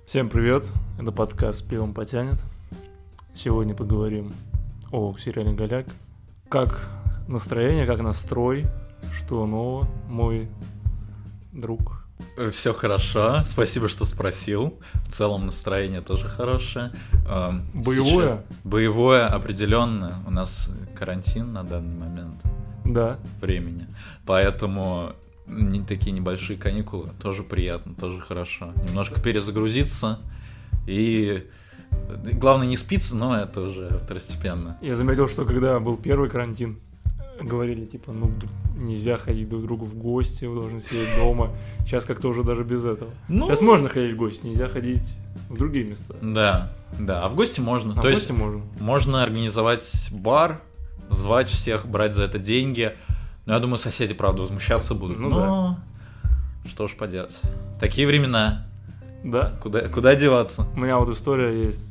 Всем привет, это подкаст «Пивом потянет». Сегодня поговорим о сериале «Голяк». Как настроение, как настрой, что нового, мой друг? Все хорошо, спасибо, что спросил. В целом настроение тоже хорошее. Боевое? Боевое, определенно. У нас карантин на данный момент. Да. Времени. Поэтому такие небольшие каникулы тоже приятно, тоже хорошо. Немножко перезагрузиться и главное не спиться, но это уже второстепенно. Я заметил, что когда был первый карантин, говорили, типа, нельзя ходить друг к другу в гости, вы должны сидеть дома. Сейчас как-то уже даже без этого. Сейчас можно ходить в гости, нельзя ходить в другие места. Да, а в гости можно. То есть можно организовать бар, звать всех, брать за это деньги. Ну, я думаю, соседи, правда, возмущаться будут. Но что уж поделать. Такие времена. Да. Куда деваться? У меня вот история есть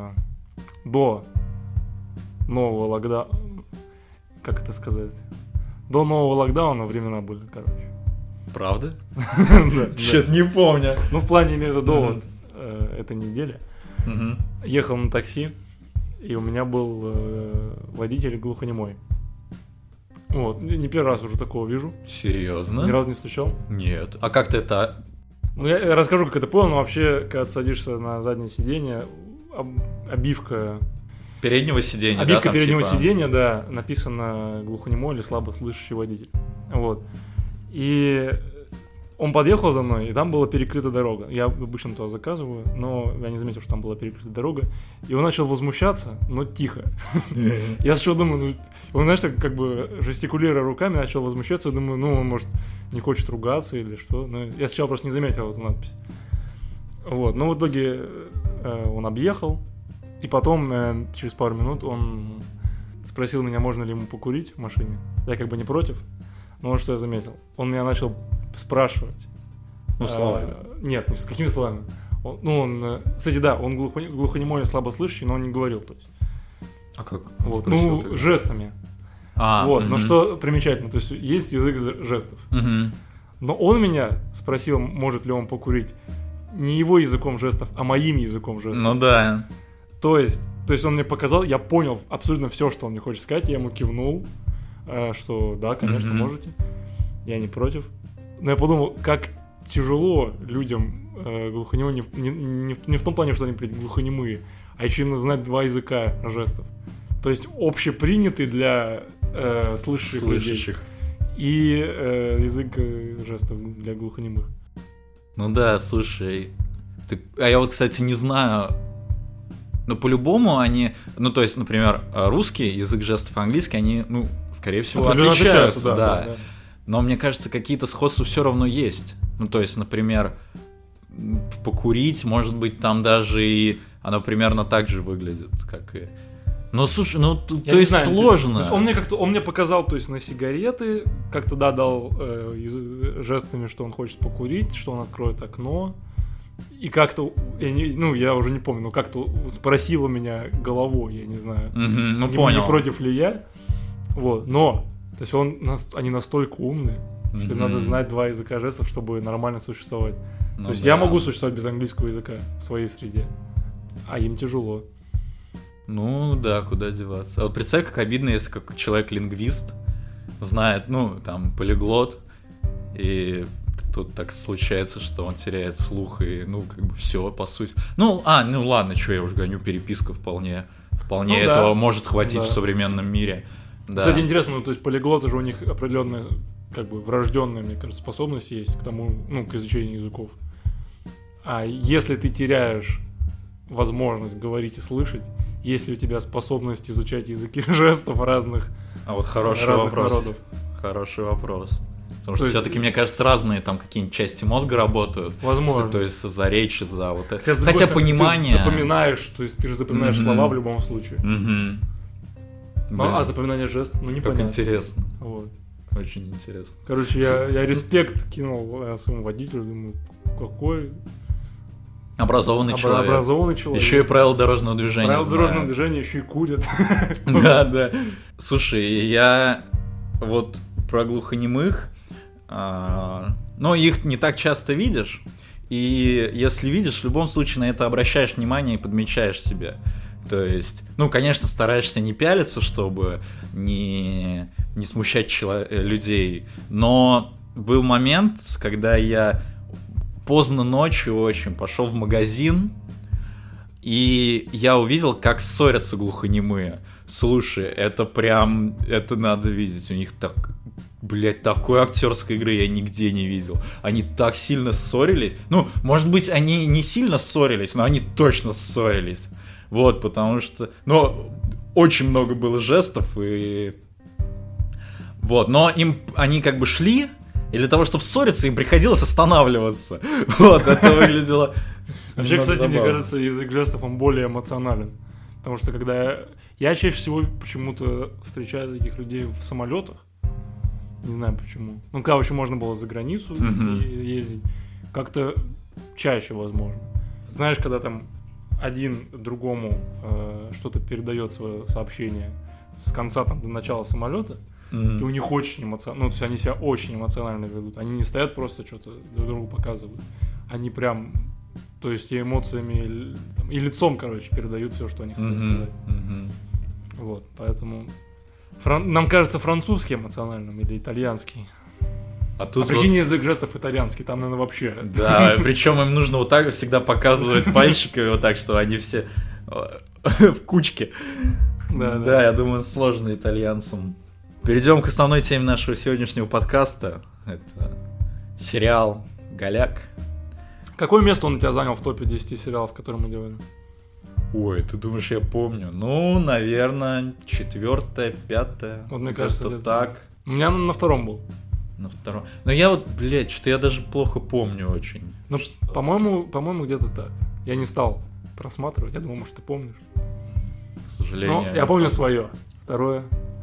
до нового локдауна. Как это сказать? До нового локдауна времена были, короче. Правда? Да. Чё-то не помню. Ну, в плане именно до вот этой недели. Ехал на такси, и у меня был водитель глухонемой. Вот, не первый раз уже такого вижу. Серьезно? Ни разу не встречал. Нет. А как ты это... Ну, я расскажу, как это понял, но вообще, когда ты садишься на заднее сиденье, обивка... Переднего сиденья, обивка да? переднего сиденья, да, написано глухонемой или слабослышащий водитель. Вот. И он подъехал за мной, и там была перекрыта дорога. Я обычно туда заказываю, но я не заметил, что там была перекрыта дорога. И он начал возмущаться, но тихо. Я сначала думаю, он, знаешь, так как бы жестикулируя руками, начал возмущаться. Я думаю, он, может, не хочет ругаться или что. Но я сначала просто не заметил эту надпись. Вот, но в итоге он объехал. И потом, через пару минут, он спросил меня, можно ли ему покурить в машине. Я как бы не против. Но вот что я заметил. Он меня начал спрашивать. Словами? Нет, с какими словами? Кстати, да, он глухонемой и слабослышащий, но он не говорил. То есть. А как? Вот, жестами. Но что примечательно, то есть есть язык жестов. Но он меня спросил, может ли он покурить не его языком жестов, а моим языком жестов. Ну да. То есть он мне показал, я понял абсолютно все, что он мне хочет сказать, я ему кивнул, что да, конечно, можете, я не против. Но я подумал, как тяжело людям глухонемым, не в том плане, что они глухонемые, а еще именно знать два языка жестов. То есть общепринятый для слышащих людей и язык жестов для глухонемых. Ну да, слушай, а я вот, кстати, не знаю, но по-любому они, то есть, например, русский язык жестов и английский, они, скорее всего, отличаются, да. Но мне кажется, какие-то сходства все равно есть. То есть, например, покурить, может быть, там даже и оно примерно так же выглядит, как и... Слушай, то есть сложно. То есть он мне показал, то есть на сигареты, как-то дал жестами, что он хочет покурить, что он откроет окно. И как-то, я уже не помню, но как-то спросил у меня головой, я не знаю, понял. Не против ли я. Вот, но, то есть они настолько умные, что им надо знать два языка жестов, чтобы нормально существовать. То есть я могу существовать без английского языка в своей среде, а им тяжело. Да, куда деваться. А вот представь, как обидно, если как человек-лингвист знает, там, полиглот, и тут так случается, что он теряет слух, и, все, по сути. Ладно, что я уже гоню, переписка вполне этого может хватить в современном мире. Да. Кстати, интересно, то есть полиглоты же у них определенная, как бы, врожденная, мне кажется, способность есть к тому, к изучению языков. А если ты теряешь возможность говорить и слышать, есть ли у тебя способность изучать языки жестов разных хороший разных вопрос. народов? Хороший вопрос. Потому что все-таки, мне кажется, разные там какие-нибудь части мозга работают. Возможно. То есть за речь, за вот это. Хотя понимание... Ты запоминаешь, то есть ты же запоминаешь слова в любом случае. А запоминание жестов, непонятно. Как интересно. Вот. Очень интересно. Короче, я респект кинул своему водителю, думаю, какой... Образованный человек. Еще и правила дорожного движения. Правила дорожного движения еще и курят. Да. Слушай, я вот про глухонемых, их не так часто видишь. И если видишь, в любом случае на это обращаешь внимание и подмечаешь себе. То есть, ну, конечно, стараешься не пялиться, чтобы не смущать людей. Но был момент, когда я поздно ночью очень пошел в магазин, и я увидел, как ссорятся глухонемые. Слушай, это прям, это надо видеть. У них так, блядь, такой актерской игры я нигде не видел. Они так сильно ссорились. Ну, может быть, они не сильно ссорились, но они точно ссорились. Вот, потому что, ну, очень много было жестов, и вот, но они как бы шли, и для того, чтобы ссориться, им приходилось останавливаться. Вот, это выглядело... Вообще, кстати, мне кажется, язык жестов, он более эмоционален. Потому что когда... Я чаще всего почему-то встречаю таких людей в самолетах. Не знаю почему. Ну, когда вообще можно было за границу ездить. Как-то чаще, возможно. Знаешь, когда там один другому что-то передает свое сообщение с конца там, до начала самолета, и у них очень эмоционально, ну, то есть они себя очень эмоционально ведут. Они не стоят просто что-то друг другу показывают. Они прям, то есть и эмоциями, и лицом, короче, передают все, что они хотят сказать. Вот, поэтому нам кажется французский эмоциональным или итальянский. А прикинь, язык жестов итальянский, там, наверное, вообще... Да, причем им нужно вот так всегда показывать пальчиками, вот так, что они все в кучке. Да, я думаю, сложно итальянцам. Перейдем к основной теме нашего сегодняшнего подкаста. Это сериал «Голяк». Какое место он у тебя занял в топе 10 сериалов, которые мы делали? Ой, ты думаешь, я помню? Ну, наверное, 4-е, 5-е. Вот мне кажется, так. У меня на втором был. На втором. Но я вот, блядь, что-то я даже плохо помню очень. Ну, по-моему, где-то так. Я не стал просматривать, я думал, может, ты помнишь. К сожалению. Ну, я помню свое. Второе.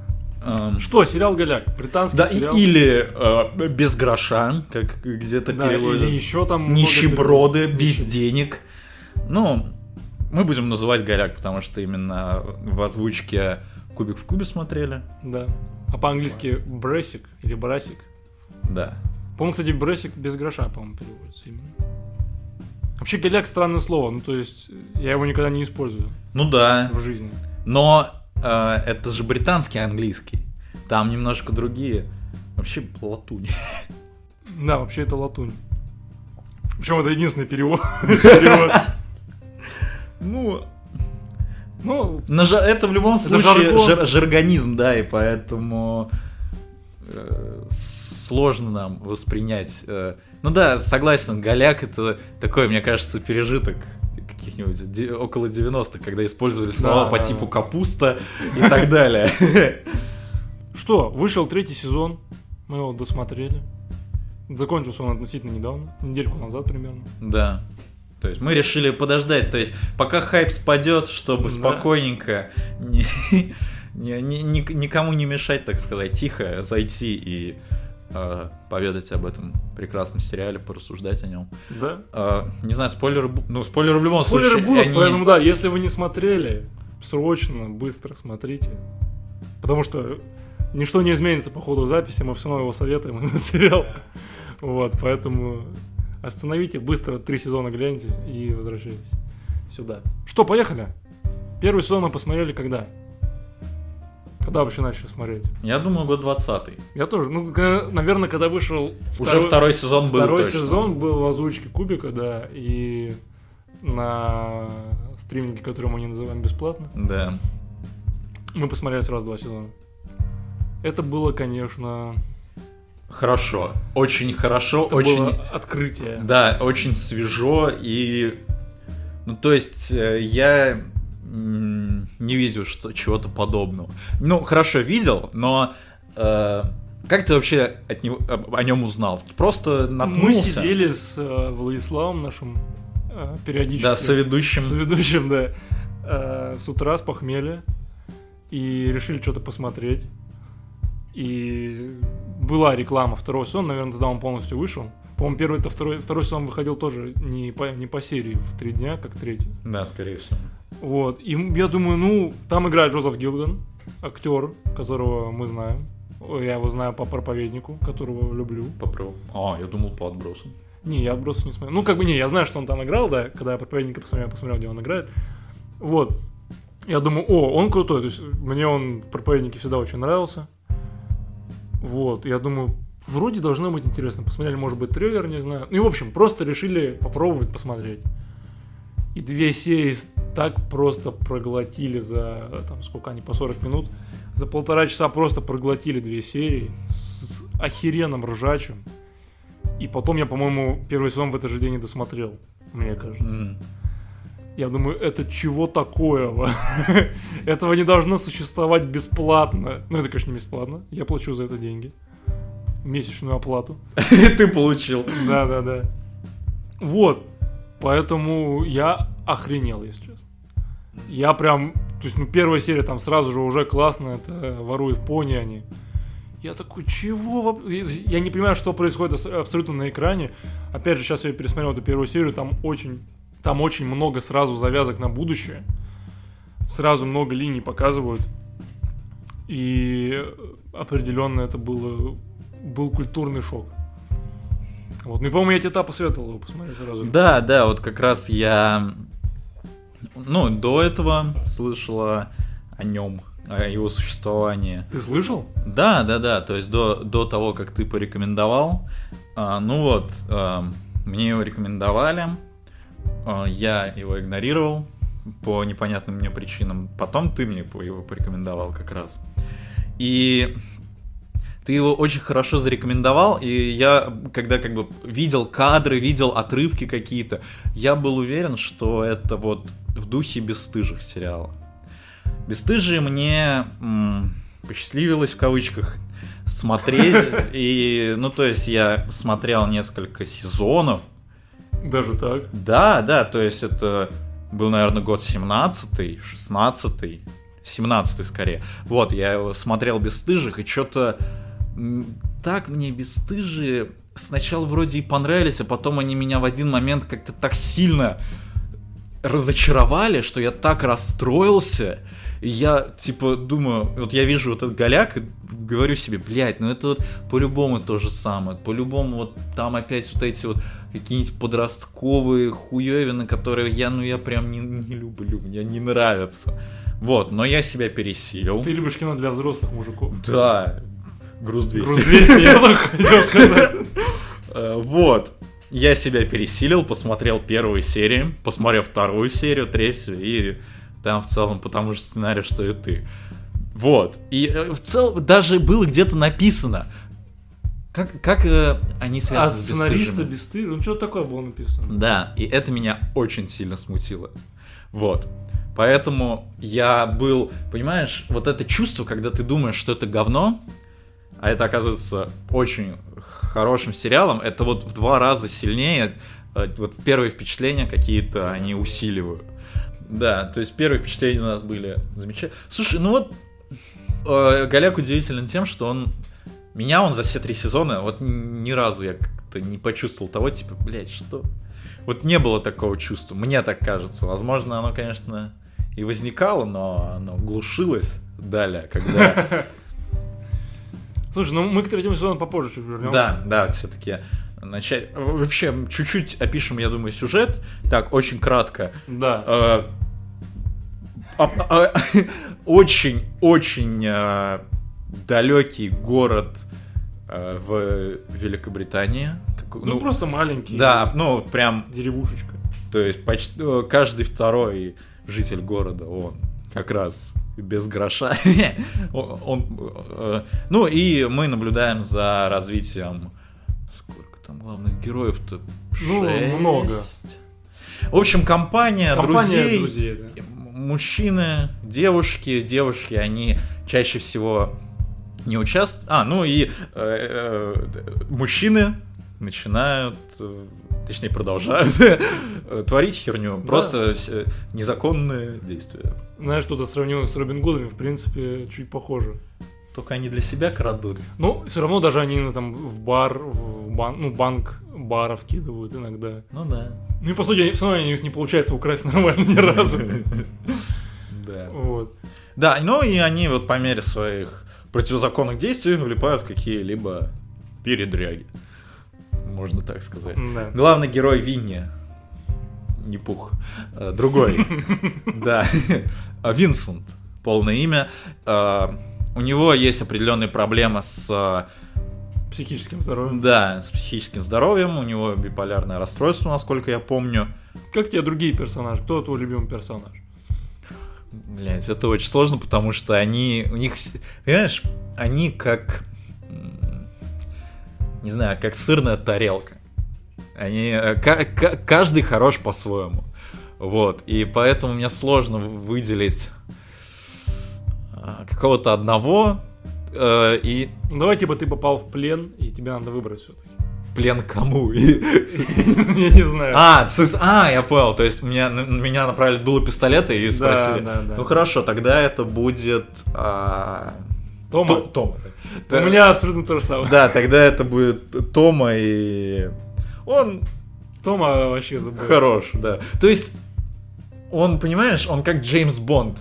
Что, сериал «Голяк», британский сериал. Или «Без гроша», как где-то переводят. Или еще там... «Нищеброды», «Без денег». Ну, мы будем называть «Голяк», потому что именно в озвучке «Кубик в кубе» смотрели. Да. А по-английски «Бресик» или «Брасик». Да. По-моему, кстати, «Бресик» без гроша, по-моему, переводится именно. Вообще, «Голяк» странное слово, ну, то есть, я его никогда не использую. Ну да. В жизни. Но это же британский английский. Там немножко другие. Вообще латунь. Да, вообще это латунь. Причем это единственный перевод. Ну, это в любом случае жаргонизм, да, и поэтому сложно нам воспринять. Ну да, согласен, «Голяк» это такой, мне кажется, пережиток каких-нибудь около 90-х, когда использовали слова по типу «капуста» и так далее. Что, вышел 3-й сезон, мы его досмотрели. Закончился он относительно недавно, недельку назад примерно. Да. То есть мы решили подождать, то есть пока хайп спадет, чтобы спокойненько, никому не мешать, так сказать, тихо зайти и поведать об этом прекрасном сериале, порассуждать о нем. Да. Не знаю, спойлеры в любом случае. Спойлеры будут, поэтому да, если вы не смотрели, срочно, быстро смотрите. Потому что ничто не изменится по ходу записи, мы все равно его советуем на сериал. Вот, поэтому остановите, быстро 3 сезона гляньте и возвращайтесь сюда. Что, поехали? Первый сезон мы посмотрели когда? Когда вообще начали смотреть? Я думаю, год 20-й. Я тоже. Ну, наверное, когда вышел... Уже второй сезон был. Второй сезон был в озвучке Кубика, да, и на стриминге, который мы не называем бесплатно. Да. Мы посмотрели сразу 2 сезона. Это было, конечно... Хорошо. Очень хорошо. Это очень... было открытие. Да, очень свежо и... Ну, то есть, я... не видел чего-то подобного. Ну, хорошо, видел, но как ты вообще о нем узнал? Просто наткнулся? Мы сидели с Владиславом нашим периодически. Да, соведущим. Соведущим, да. С утра, с похмелья. И решили что-то посмотреть. И была реклама второго сезона, наверное, тогда он полностью вышел. По-моему, второй сезон выходил тоже не по серии в 3 дня, как третий. Да, скорее всего. Вот, и я думаю, ну, там играет Джозеф Гилган, актер, которого мы знаем. Я его знаю по «Проповеднику», которого люблю. Я думал, по «Отбросам». Не, я «Отбросы» не смотрел. Ну, как бы, не, я знаю, что он там играл, да, когда я «Проповедника» посмотрел, где он играет. Вот. Я думаю, он крутой, то есть мне он в «Проповеднике» всегда очень нравился. Вот, я думаю, вроде должно быть интересно. Посмотрели, может быть, трейлер, не знаю. Ну и, в общем, просто решили попробовать посмотреть. И 2 серии так просто проглотили за, там, сколько они, по 40 минут. За 1,5 часа просто проглотили 2 серии с охеренным ржачем. И потом я, по-моему, первый сезон в этот же день не досмотрел, мне кажется. Я думаю, это чего такое? Этого не должно существовать бесплатно. Ну, это, конечно, не бесплатно. Я плачу за это деньги. Месячную оплату. Ты получил. Да. Вот. Поэтому я охренел, если честно. Я прям... То есть, первая серия там сразу же уже классно. Это воруют пони они. Я такой, чего? Я не понимаю, что происходит абсолютно на экране. Опять же, сейчас я пересмотрел эту первую серию. Там очень много сразу завязок на будущее. Сразу много линий показывают. И определенно это был культурный шок. Вот. Ну и, по-моему, я тебе посоветовал его посмотреть сразу. Да, вот как раз я... Ну, до этого слышала о нем, о его существовании. Ты слышал? Да, то есть до того, как ты порекомендовал. Мне его рекомендовали. Я его игнорировал по непонятным мне причинам. Потом ты мне его порекомендовал как раз. И ты его очень хорошо зарекомендовал. И я, когда как бы видел кадры, видел отрывки какие-то, я был уверен, что это вот в духе «Бесстыжих» сериала. «Бесстыжие» мне посчастливилось в кавычках смотреть. И, то есть я смотрел несколько сезонов. Даже так? Да, то есть это был, наверное, год 17-й, 16-й, 17-й скорее. Вот, я его смотрел «Бесстыжих», и что-то так мне «Бесстыжие» сначала вроде и понравились, а потом они меня в один момент как-то так сильно разочаровали, что я так расстроился. И я, думаю, вот я вижу вот этот голяк и говорю себе, блядь, это вот по-любому то же самое. По-любому вот там опять вот эти вот какие-нибудь подростковые хуёвины, которые я прям не люблю, мне не нравятся. Вот, но я себя пересилил. Ты любишь кино для взрослых мужиков? Да, груз 200. Груз 200, я только хотел сказать. Вот. Я себя пересилил, посмотрел первую серию, посмотрел вторую серию, третью, и там в целом по тому же сценарию, что и ты. Вот. И в целом даже было где-то написано, как они связаны с «Бесстыжими». Сценариста «Бесстыжих»? Что такое было написано? Да, и это меня очень сильно смутило. Вот. Поэтому я был, понимаешь, вот это чувство, когда ты думаешь, что это говно, а это оказывается очень хорошим сериалом, это вот в 2 раза сильнее, вот первые впечатления какие-то они усиливают. Да, то есть первые впечатления у нас были замечательные. Слушай, Голяк удивителен тем, что он за все 3 сезона, вот ни разу я как-то не почувствовал того, блядь, что... Вот не было такого чувства, мне так кажется. Возможно, оно, конечно, и возникало, но оно глушилось далее, когда... Слушай, мы к 3-му сезону попозже чуть вернемся. Да, все-таки начать. Вообще, чуть-чуть опишем, я думаю, сюжет. Так, очень кратко. Да. Очень-очень далекий город в Великобритании. Просто маленький. Да, прям... Деревушечка. То есть почти каждый второй житель города, он как раз без гроша. И мы наблюдаем за развитием... Сколько там главных героев-то? 6. Много. В общем, компания друзей, да. Мужчины, девушки, они чаще всего не участвуют. Мужчины начинают, точнее продолжают творить херню, да. Просто незаконные действия. Знаешь, что-то сравнилось с Робин Гудами, в принципе, чуть похоже. Только они для себя крадут. Все равно даже они там в банк баров кидывают иногда. Да. И по сути, все равно у них не получается украсть нормально ни разу. Да. Вот. Да, и они вот по мере своих противозаконных действий влипают в какие-либо передряги. можно так сказать. Да. Главный герой Винни. Не Пух. Другой. Да. Винсент. Полное имя. У него есть определенные проблемы с... Психическим здоровьем. Да, с психическим здоровьем. У него биполярное расстройство, насколько я помню. Как тебе другие персонажи? Кто твой любимый персонаж? Блять, это очень сложно, потому что у них, понимаешь, они как, не знаю, как сырная тарелка. Каждый хорош по-своему. Вот, и поэтому мне сложно выделить какого-то одного. И... Давай, типа, ты попал в плен, и тебе надо выбрать все-таки. Плен кому? Я не знаю. Я понял. То есть меня направили дуло пистолета и спросили. Да. Ну хорошо, тогда это будет... Тома. У меня абсолютно то же самое. Да, тогда это будет Тома, и... Он... Тома вообще забыл. Хорош, да. То есть, он, понимаешь, он как Джеймс Бонд.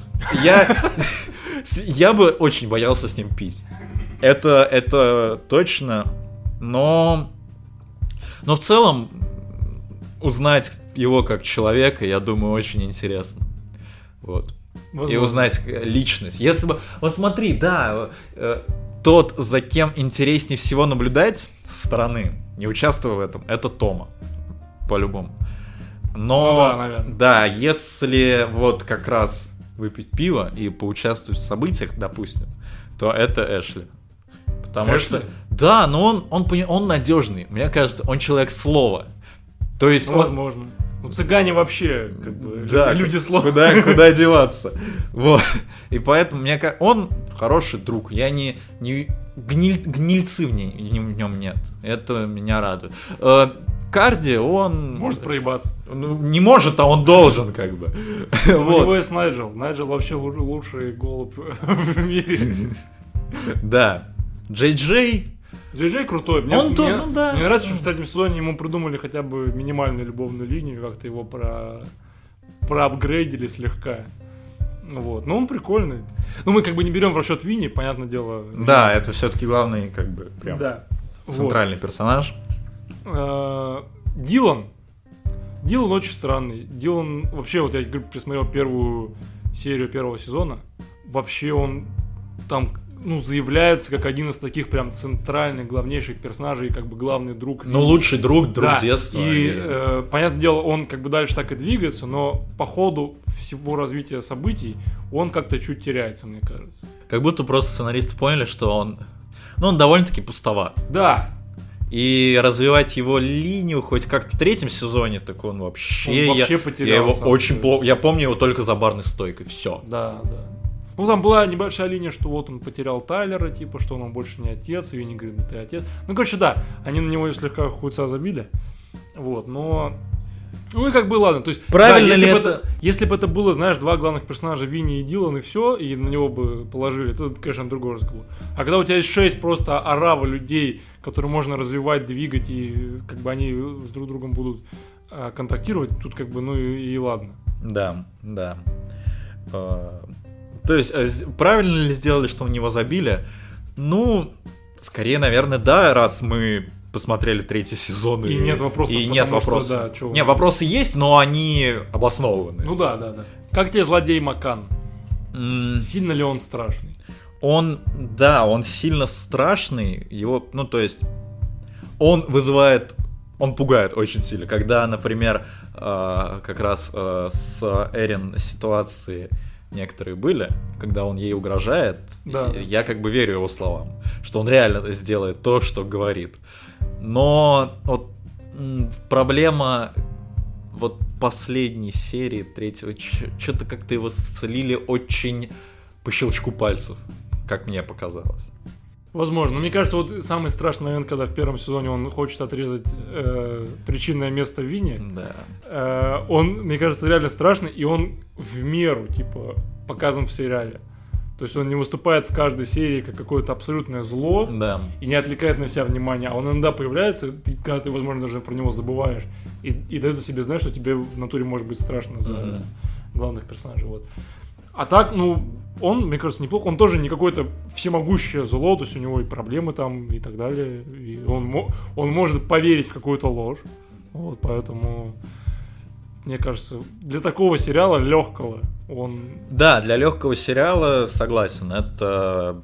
Я бы очень боялся с ним пить. Это точно. Но в целом, узнать его как человека, я думаю, очень интересно. Вот. Возможно. И узнать личность. Если бы... Вот смотри, да, тот, за кем интереснее всего наблюдать со стороны, не участвуя в этом, это Тома. По-любому. Но, да, если вот как раз выпить пиво и поучаствовать в событиях, допустим, то это Эшли. Потому что... Да, но он надежный. Мне кажется, он человек слова. То есть возможно. Ну, цыгане вообще, как бы, да, люди слова. Куда деваться. Вот. И поэтому он хороший друг. Я не гнильцы в нем нет. Это меня радует. Карди, он... Может проебаться. Не может, а он должен, как бы. У него есть Найджел. Найджел вообще лучший голубь в мире. Да. Джей крутой. Мне нравится, что в третьем сезоне ему придумали хотя бы минимальную любовную линию, как-то его проапгрейдили слегка. Вот. Но он прикольный. Ну, мы как бы не берем в расчет Винни, понятное дело. Да, это все-таки главный, как бы, прям центральный персонаж. Дилан очень странный. Дилан, вообще, вот я присмотрел первую серию первого сезона. Вообще он там, заявляется как один из таких прям центральных, главнейших персонажей, как бы главный друг. Лучший друг детства. И, понятное дело, он как бы дальше так и двигается, но по ходу всего развития событий он как-то чуть теряется, мне кажется. Как будто просто сценаристы поняли, что он довольно-таки пустоват. Да. И развивать его линию хоть как-то в третьем сезоне, так он вообще потерялся. Я его очень плохо... Я помню его только за барной стойкой, все. Да. Там была небольшая линия, что вот он потерял Тайлера, типа, что он больше не отец, и Винни говорит, ты отец. Да, они на него слегка хуйца забили. Вот, но... Ну и как бы ладно, то есть... Правильно ли это? Если бы это было, знаешь, два главных персонажа, Винни и Дилан, и все, и на него бы положили, это, конечно, другой разговор. А когда у тебя есть 6 просто орава людей, которые можно развивать, двигать, и как бы они с друг другом будут контактировать, тут как бы, и ладно. Да. То есть, правильно ли сделали, что на него забили? Скорее, наверное, да, раз мы посмотрели третий сезон. И нет вопросов. Нет, вопросы есть, но они обоснованы. Да. Как тебе злодей Макан? Сильно ли он страшный? Он сильно страшный. Его, то есть, он пугает очень сильно. Когда, например, как раз с Эрин ситуации некоторые были, когда он ей угрожает, я как бы верю его словам, что он реально сделает то, что говорит. Но вот проблема вот последней серии третьего, что-то как-то его слили очень по щелчку пальцев, как мне показалось. Возможно. Но мне кажется, вот самый страшный момент, когда в первом сезоне он хочет отрезать причинное место Винни. Да. Он, мне кажется, реально страшный, и он в меру, типа, показан в сериале. То есть он не выступает в каждой серии как какое-то абсолютное зло, да, и не отвлекает на себя внимание, а он иногда появляется, когда ты, возможно, даже про него забываешь, и дает себе знать, что тебе в натуре может быть страшно за главных персонажей. Вот. А так, ну, он, мне кажется, неплохо. Он тоже не какое-то всемогущее зло, то есть у него и проблемы там, и так далее. И он может поверить в какую-то ложь. Вот, поэтому, мне кажется, для такого сериала легкого он... Да, для легкого сериала, согласен, это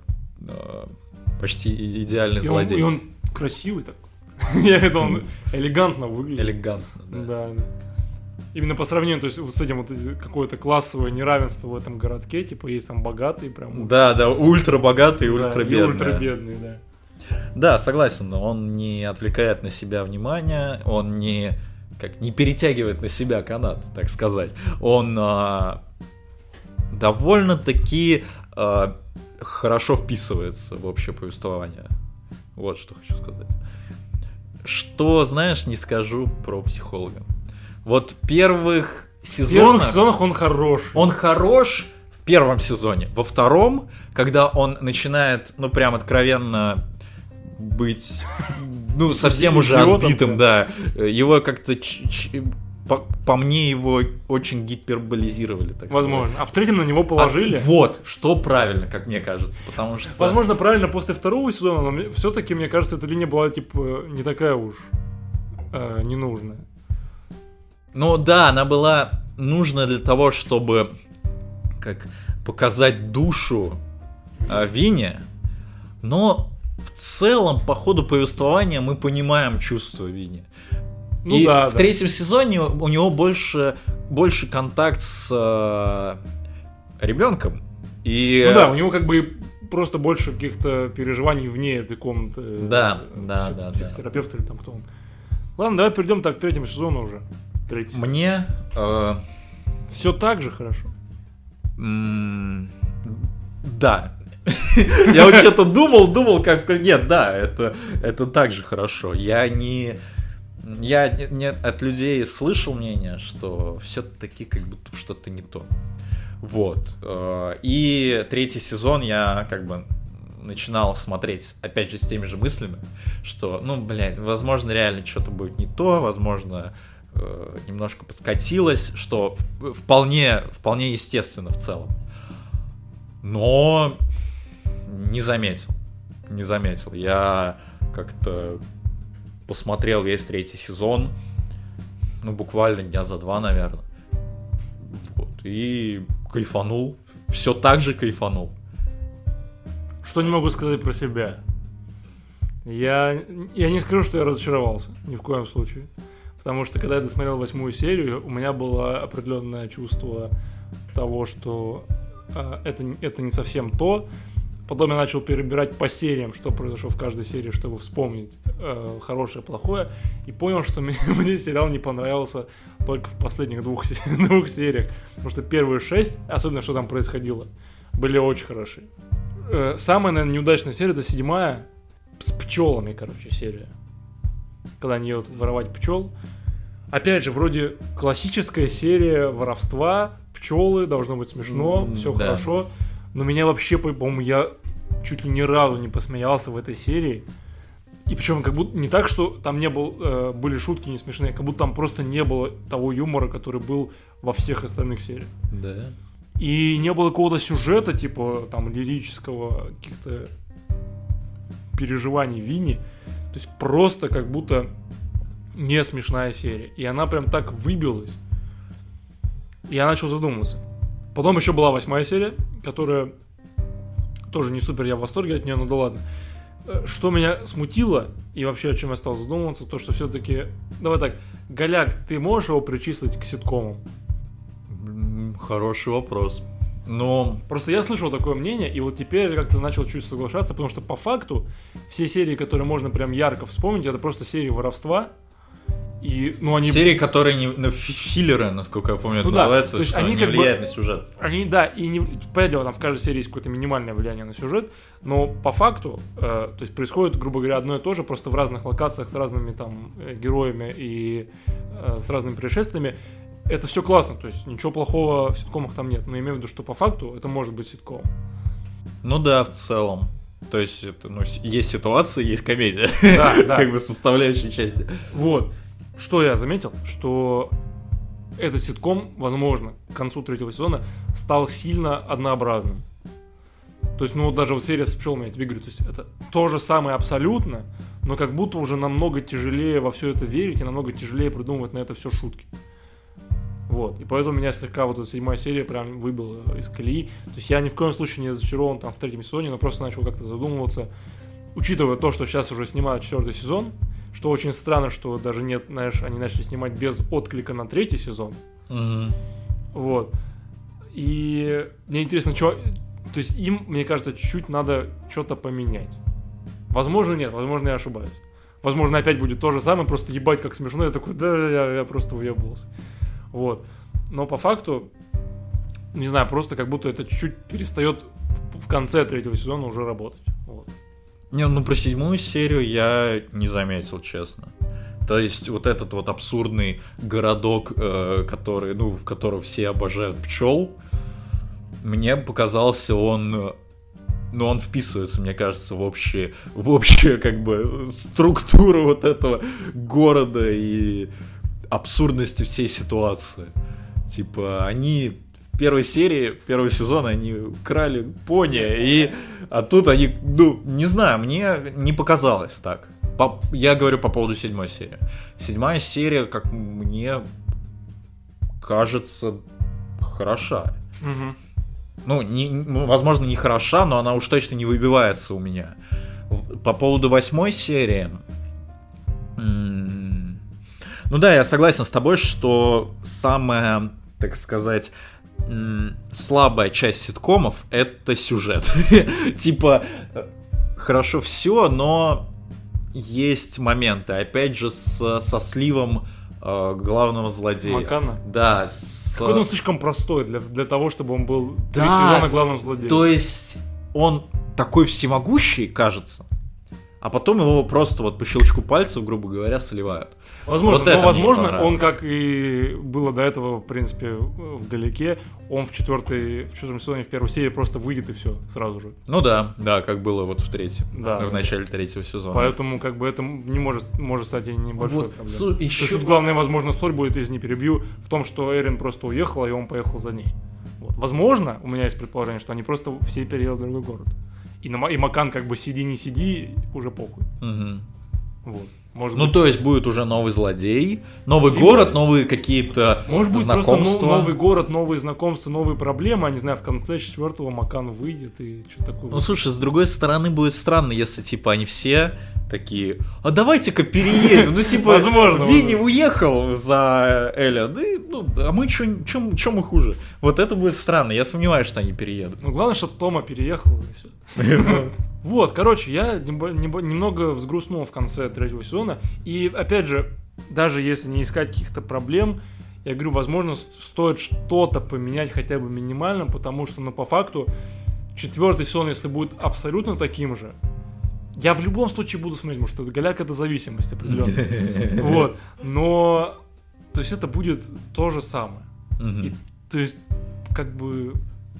почти идеальный злодей. И он красивый так. Я имею в виду, он элегантно выглядит. Элегантно, да. Да. Именно по сравнению, то есть с этим вот какое-то классовое неравенство в этом городке, типа есть там богатые прям. Да, ультра богатый и ультра бедный. И ультра бедный, да. Да, согласен, он не отвлекает на себя внимание, он не перетягивает на себя канат, так сказать. Он довольно-таки хорошо вписывается в общее повествование. Вот что хочу сказать. Что, знаешь, не скажу про психолога. Вот в первых сезонах он хорош. Он хорош в первом сезоне. Во втором, когда он начинает, ну, прям откровенно быть, ну, совсем уже отбитым, да. Его как-то, по мне, его очень гиперболизировали. Так возможно. сказать. А в третьем на него положили. Вот, что правильно, как мне кажется. Потому что... Возможно, правильно после второго сезона, но все-таки, мне кажется, эта линия была, типа, не такая уж ненужная. Ну да, она была нужна для того, чтобы показать душу Винни, но в целом по ходу повествования мы понимаем чувства Винни. Ну, и в третьем сезоне у него больше контакт с ребенком. И... Ну да, у него как бы просто больше каких-то переживаний вне этой комнаты. Да. Терапевт или там кто он. Ладно, давай перейдем так к третьему сезону уже. Мне все так же хорошо. Да. Я вот что-то думал, как сказать. Нет, да, это так же хорошо. Я не от людей слышал мнение, что все-таки как будто что-то не то. Вот. И третий сезон я как бы начинал смотреть, опять же, с теми же мыслями, что, ну, блядь, возможно, реально что-то будет не то, возможно, немножко подскатилось, что вполне естественно в целом. Но не заметил. Я как-то посмотрел весь третий сезон, ну, буквально дня за 2, наверное. Вот. И кайфанул. Все так же кайфанул. Что не могу сказать про себя? Я не скажу, что я разочаровался. Ни в коем случае. Потому что, когда я досмотрел 8-ю серию, у меня было определенное чувство того, что это не совсем то. Потом я начал перебирать по сериям, что произошло в каждой серии, чтобы вспомнить хорошее, плохое. И понял, что мне сериал не понравился только в последних 2 сериях. Потому что первые 6, особенно что там происходило, были очень хороши. Самая, наверное, неудачная серия — это 7-я с пчелами, короче, серия. Когда они едут воровать пчел. Опять же, вроде классическая серия воровства, пчелы, должно быть смешно, все хорошо. Но меня вообще, по-моему, я чуть ли ни разу не посмеялся в этой серии. И причем как будто не так, что там были шутки не смешные, как будто там просто не было того юмора, который был во всех остальных сериях. Да. И не было какого-то сюжета, типа там лирического, каких-то переживаний Винни. То есть просто как будто не смешная серия. И она прям так выбилась. И я начал задумываться. Потом еще была 8-я серия, которая тоже не супер я в восторге от нее, но да ладно. Что меня смутило, и вообще о чем я стал задумываться, то что все-таки... Давай так, Голяк, ты можешь его причислить к ситкомам? Хороший вопрос. Но... Просто я слышал такое мнение, и вот теперь как-то начал чуть соглашаться, потому что по факту все серии, которые можно прям ярко вспомнить, это просто серии воровства. И, ну, они... Серии, которые не филлеры, насколько я помню, это называется, то есть что они не влияют на сюжет. Они, да, и не... Понятно, там в каждой серии есть какое-то минимальное влияние на сюжет, но по факту, то есть происходит, грубо говоря, одно и то же, просто в разных локациях с разными там героями и с разными происшествиями. Это все классно, то есть ничего плохого в ситкомах там нет, но имею в виду, что по факту это может быть ситком. Ну да, в целом. То есть это, есть ситуация, есть комедия. Да. Как бы составляющие части. Вот. Что я заметил, что этот ситком, возможно, к концу 3-го сезона стал сильно однообразным. То есть, ну вот даже вот серия с пчелами, я тебе говорю, то есть это то же самое абсолютно, но как будто уже намного тяжелее во все это верить и намного тяжелее придумывать на это все шутки. Вот, и поэтому меня слегка вот эта 7-я серия прям выбила из колеи. То есть я ни в коем случае не разочарован там в 3-м сезоне, но просто начал как-то задумываться, учитывая то, что сейчас уже снимают 4-й сезон, что очень странно, что даже нет, знаешь, они начали снимать без отклика на 3-й сезон. Вот. И мне интересно, что... То есть им, мне кажется, чуть-чуть надо что-то поменять. Возможно, нет, возможно, я ошибаюсь. Возможно, опять будет то же самое, просто ебать как смешно. Я такой, да, я просто уебался. Вот. Но по факту, не знаю, просто как будто это чуть-чуть перестает в конце 3-го сезона уже работать. Вот. Не, ну про 7-ю серию я не заметил, честно. То есть вот этот вот абсурдный городок, который, ну, в котором все обожают пчел, мне показался он... Ну, он вписывается, мне кажется, в общую как бы структуру вот этого города и абсурдности всей ситуации. Типа, они в первой серии, первого сезона, они крали пони, а тут они, ну, не знаю, мне не показалось так. Я говорю по поводу 7-й серии. 7-я серия, как мне кажется, хороша. Угу. Ну, возможно, не хороша, но она уж точно не выбивается у меня. По поводу 8-й серии... Ну да, я согласен с тобой, что самая, так сказать, слабая часть ситкомов — это сюжет. Типа, хорошо все, но есть моменты. Опять же, со сливом главного злодея. Макана? Да, какой-то он слишком простой для того, чтобы он был 3 сезона главным злодеем. То есть он такой всемогущий, кажется, а потом его просто вот по щелчку пальцев, грубо говоря, сливают. Возможно, вот но возможно, он, как и было до этого, в принципе, в Далеке, он в 4-м сезоне, в первой серии просто выйдет и все, сразу же. Ну да, как было вот в 3-м, да, в начале 3-го сезона. Поэтому, как бы, это не может стать и небольшой вот, проблемой. Еще... Тут главная, возможно, соль будет, если не перебью, в том, что Эрин просто уехала, и он поехал за ней. Вот. Возможно, у меня есть предположение, что они просто все переехали в другой город. И Макан, как бы, сиди, не сиди, уже похуй. Угу. Вот. Может ну, быть... то есть будет уже новый злодей, новый город, новые какие-то может быть, знакомства. Просто новый город, новые знакомства, новые проблемы. Я не знаю, в конце 4-го Макан выйдет и что такое. Ну, слушай, с другой стороны, будет странно, если, типа, они все такие, а давайте-ка переедем. Ну, типа, Винни уехал за Эля, да, ну, а мы чем мы хуже? Вот это будет странно, я сомневаюсь, что они переедут. Ну, главное, чтобы Тома переехал, и все. Вот, короче, я немного взгрустнул в конце 3-го сезона. И, опять же, даже если не искать каких-то проблем, я говорю, возможно, стоит что-то поменять хотя бы минимально, потому что, ну, по факту, 4-й сезон, если будет абсолютно таким же, я в любом случае буду смотреть, потому что голяк — это зависимость определенная. Вот, но, то есть это будет то же самое. И, то есть, как бы...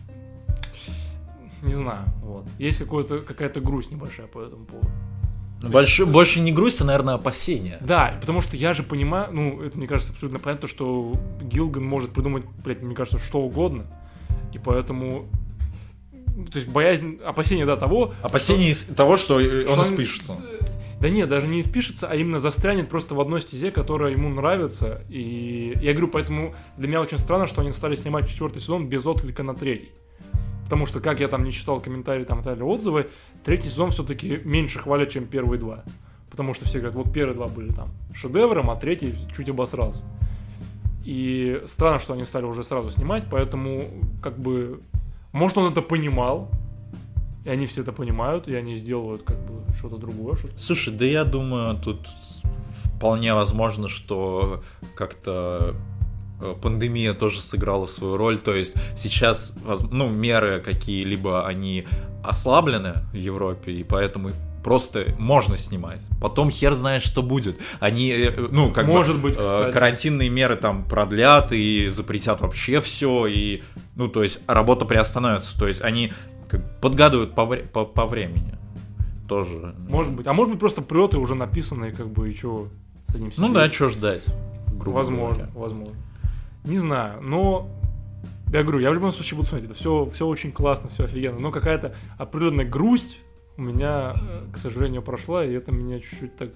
Не знаю, вот. Есть какая-то грусть небольшая по этому поводу. Больше не грусть, а, наверное, опасения. Да, потому что я же понимаю, ну, это, мне кажется, абсолютно понятно, что Гилган может придумать, блядь, мне кажется, что угодно. И поэтому... То есть боязнь, опасение, да, того... Опасение того, что он испишется. Да нет, даже не испишется, а именно застрянет просто в одной стезе, которая ему нравится. И я говорю, поэтому для меня очень странно, что они стали снимать 4-й сезон без отклика на 3-й. Потому что, как я там не читал комментарии, там, или отзывы, 3-й сезон все-таки меньше хвалят, чем первые 2. Потому что все говорят, вот первые 2 были там шедевром, а 3-й чуть обосрался. И странно, что они стали уже сразу снимать, поэтому, как бы, может, он это понимал, и они все это понимают, и они сделают, как бы, что-то другое. Слушай, да я думаю, тут вполне возможно, что как-то... пандемия тоже сыграла свою роль, то есть сейчас, ну, меры какие-либо, они ослаблены в Европе, и поэтому просто можно снимать. Потом хер знает, что будет. Они, ну, как может бы, быть, кстати, карантинные меры там продлят и запретят вообще все, и, ну, то есть работа приостановится, то есть они как подгадывают по времени тоже. Может быть, а может быть просто прет и уже написано, и как бы, и что с этим сидеть. Ну да, что ждать. Возможно. Не знаю, но я говорю, я в любом случае буду смотреть. Это все очень классно, все офигенно. Но какая-то определенная грусть у меня, к сожалению, прошла, и это меня чуть-чуть так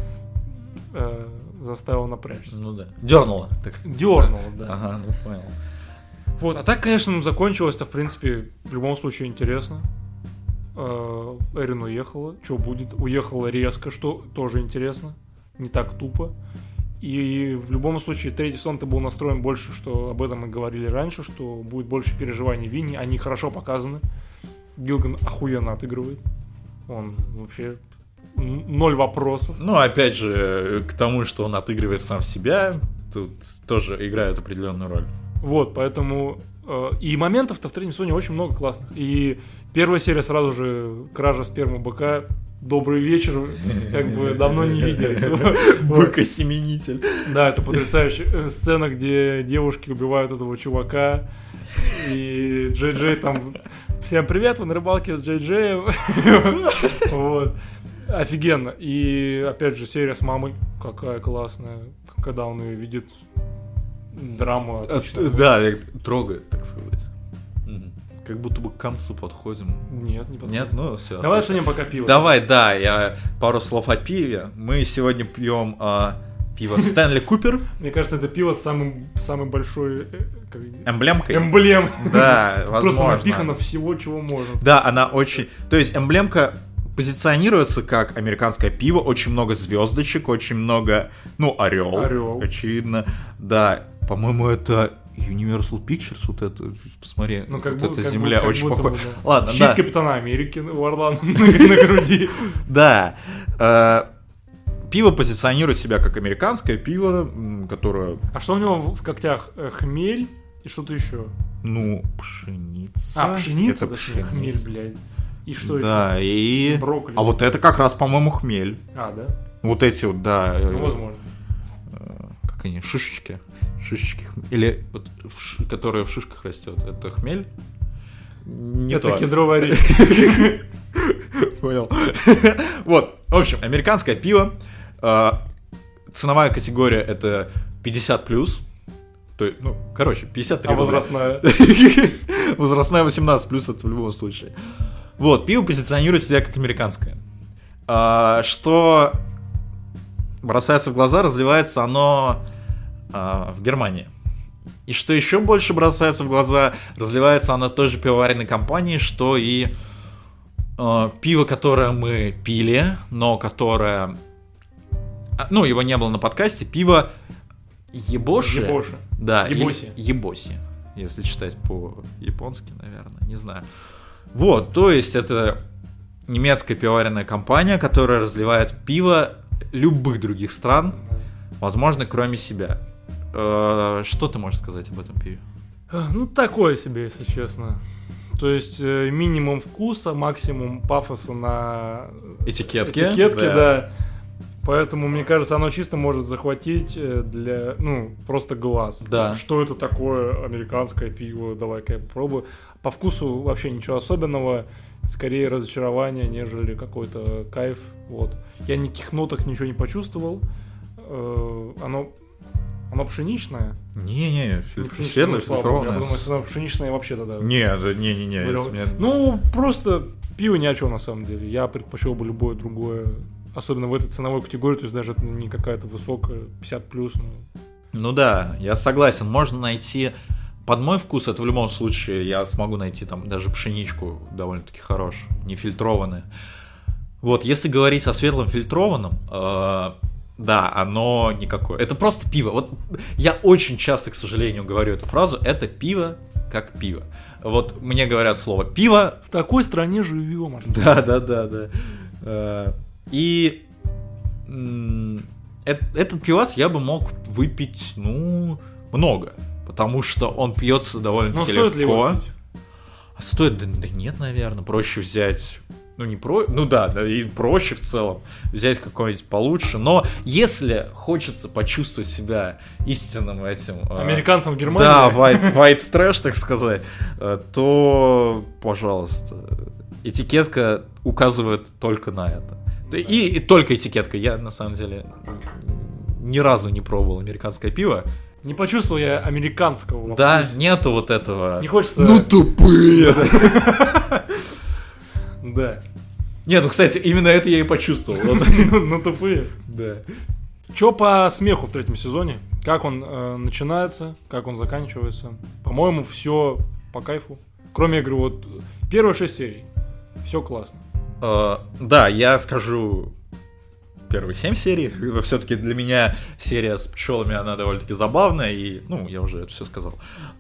заставило напрячься. Ну да. Дернуло. Дернуло, да. Ага, ну понял. Вот, а так, конечно, закончилось-то, в принципе, в любом случае интересно. Эрин уехала. Что будет? Уехала резко, что тоже интересно. Не так тупо. И в любом случае, третий сезон-то был настроен больше, что об этом мы говорили раньше, что будет больше переживаний Винни. Они хорошо показаны. Гилган охуенно отыгрывает. Он вообще 0 вопросов. Ну, опять же, к тому, что он отыгрывает сам себя, тут тоже играет определенную роль. Вот, поэтому... И моментов-то в третьем сезоне очень много классных. И первая серия сразу же кража спермы быка. Добрый вечер, как бы давно не виделись. Бык-осеменитель. Да, это потрясающая сцена, где девушки убивают этого чувака. И Джей там... Всем привет, вы на рыбалке с Джей-Джеем. Вот. Офигенно. И опять же серия с мамой. Какая классная. Когда он ее видит. Драма отличная. Да, трогает, так сказать. Как будто бы к концу подходим. Нет, не подходим. Нет, ну все. Давай оценим пока пиво. Давай, да, я пару слов о пиве. Мы сегодня пьем пиво Стэнли Купер. Мне кажется, это пиво с самой большой... Эмблемкой? Эмблем. Да, возможно. Просто напихано всего, чего можно. Да, она очень... То есть эмблемка позиционируется как американское пиво. Очень много звездочек, очень много... Ну, орел. Очевидно. Да, по-моему, это... Universal Pictures, вот это, посмотри, ну, как вот будто, эта земля как очень будто похожа. бы, да. Ладно, щит да. Капитана Америки у Орлана на груди. Да. Пиво позиционирует себя как американское пиво, которое... А что у него в когтях? Хмель и что-то еще? Ну, пшеница. Пшеница? Это Точнее, хмель, блядь. И что еще? Да, и... Брокколи. А вот это как раз, по-моему, хмель. А, да? Вот эти вот, да. Ну, возможно. Как они? Шишечки. Или вот, которая в шишках растет. Это хмель? Не это то. кедровый орех. Понял. Вот, в общем, американское пиво. Ценовая категория это 50+. То есть, ну, короче, 53 А возрастная? Возрастная 18+, это в любом случае. Вот, пиво позиционирует себя как американское. Что бросается в глаза, разливается оно в Германии. И что еще больше бросается в глаза, разливается оно той же пивоваренной компании, что и пиво, которое мы пили, но которое... Ну, его не было на подкасте. Пиво Ебоши. Ебоши. Да, Ебоси. Ебоси, если читать по-японски, наверное, не знаю. Вот, то есть это немецкая пивоваренная компания, которая разливает пиво любых других стран, возможно, кроме себя. Что ты можешь сказать об этом пиве? Ну, такое себе, если честно. То есть минимум вкуса, максимум пафоса на этикетке, да. Поэтому, мне кажется, оно чисто может захватить для, ну, просто глаз. Да. Что это такое американское пиво, давай-ка я попробую. По вкусу вообще ничего особенного, скорее разочарование, нежели какой-то кайф. Вот. Я никаких ноток ничего не почувствовал. Оно пшеничное? Не, светлое, фильтрованное. Я думаю, если оно пшеничное, вообще тогда... Не. Ну, просто пиво ни о чем на самом деле. Я предпочел бы любое другое. Особенно в этой ценовой категории, то есть даже это не какая-то высокая, 50+. Ну да, я согласен. Можно найти... Под мой вкус, это в любом случае, я смогу найти там даже пшеничку довольно-таки хорошую, нефильтрованную. Вот, если говорить о светлом фильтрованном, да, оно никакое. Это просто пиво. Вот я очень часто, к сожалению, говорю эту фразу. Это пиво как пиво. Вот мне говорят слово пиво. В такой стране живем. Да. И этот пивас я бы мог выпить, ну, много. Потому что он пьется довольно-таки легко. Но стоит ли его пить? Стоит? Да нет, наверное. Проще взять... Ну да, и проще в целом взять какой-нибудь получше. Но если хочется почувствовать себя истинным этим... американцем в Германии? Да, white trash, так сказать, то, пожалуйста, этикетка указывает только на это. И только этикетка. Я, на самом деле, ни разу не пробовал американское пиво. Не почувствовал я американского. Да, нету вот этого. Не хочется... Ну тупые! Да. Не, ну, кстати, именно это я и почувствовал. Ну тупые. Да. Чё по смеху в 3-м сезоне? Как он начинается, как он заканчивается? По-моему, все по кайфу. Кроме, я говорю, вот первые 6 серий. Все классно. Да, я скажу первые 7 серий. Все-таки для меня серия с пчелами, она довольно-таки забавная. И, ну, я уже это все сказал.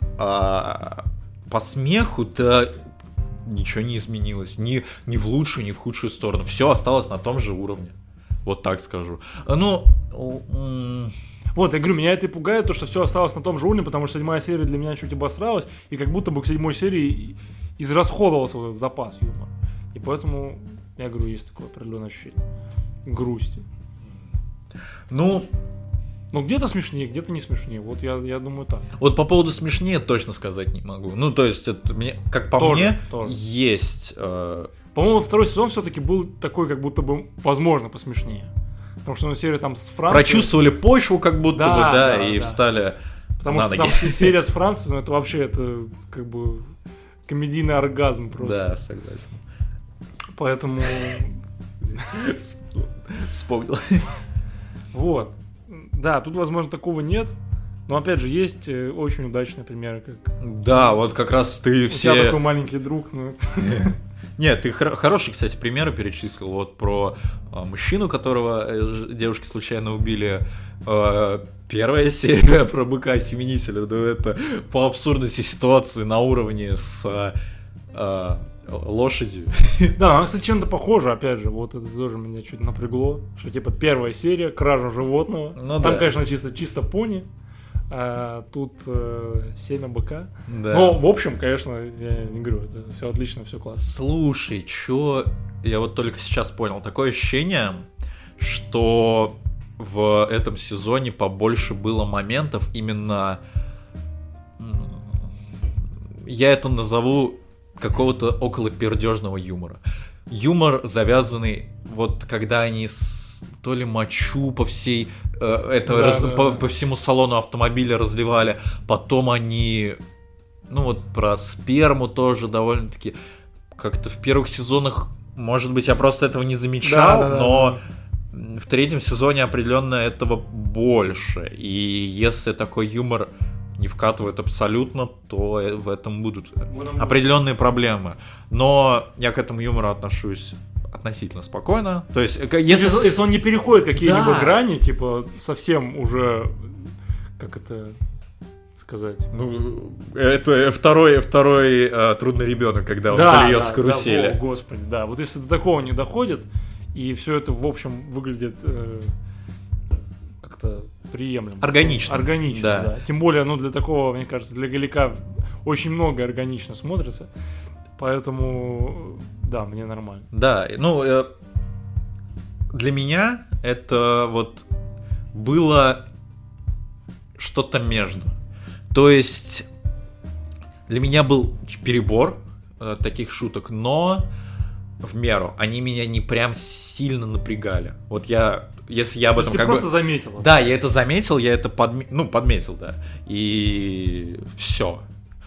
По смеху-то ничего не изменилось. Ни в лучшую, ни в худшую сторону. Все осталось на том же уровне. Вот так скажу. Ну... Вот, я говорю, меня это и пугает, то, что все осталось на том же уровне, потому что 7-я серия для меня чуть обосралась, и как будто бы к 7-й серии израсходовался вот этот запас юмора. И поэтому, я говорю, есть такое определенное ощущение грусти. Ну, где-то смешнее, где-то не смешнее. Вот я думаю так. Вот по поводу смешнее точно сказать не могу. Ну, то есть, это мне, как по тоже. Есть... По-моему, 2-й сезон все-таки был такой, как будто бы, возможно, посмешнее. Потому что серия там с Францией... Прочувствовали почву, как будто бы, да, и встали. Потому что там серия с Францией, ну это вообще, это как бы комедийный оргазм просто. Да, согласен. Поэтому... Вспомнил. Вот. Да, тут, возможно, такого нет. Но, опять же, есть очень удачные примеры, как... Да, вот как раз ты все... У тебя такой маленький друг, ну... Нет, ты хорошие, кстати, примеры перечислил. Вот про мужчину, которого девушки случайно убили. Первая серия про быка-осеменителя. Ну, это по абсурдности ситуации на уровне с лошадью. Да, она, кстати, чем-то похожа, опять же. Вот это тоже меня чуть напрягло. Что, типа, первая серия, кража животного. Ну, там, конечно, чисто пони. А тут семя быка. Да. Но, в общем, конечно, я не говорю, это все отлично, все классно. Слушай, чё... Я вот только сейчас понял. Такое ощущение, что в этом сезоне побольше было моментов именно... Я это назову какого-то околопердежного юмора. Юмор, завязанный, вот когда они... то ли мочу по всей по всему салону автомобиля разливали, потом они, ну вот про сперму тоже довольно-таки как-то в первых сезонах, может быть, я просто этого не замечал, но в 3-м сезоне определенно этого больше, и если такой юмор не вкатывают абсолютно, то в этом будут определенные проблемы, но я к этому юмору отношусь относительно спокойно. То есть, если он не переходит какие-либо грани, типа совсем уже, как это сказать? Ну, это второй трудный ребенок, когда он льет с карусели. Да, господи, да. Вот если до такого не доходит, и все это, в общем, выглядит как-то приемлемо. Органично. Да. Тем более, ну, для такого, мне кажется, для Галика очень много органично смотрится. Поэтому, да, мне нормально. Да, ну, для меня это вот было что-то между. То есть, для меня был перебор таких шуток, но в меру. Они меня не прям сильно напрягали. Вот если я об этом ты как просто бы... заметил. Да, я это заметил, я это подметил, да. И все.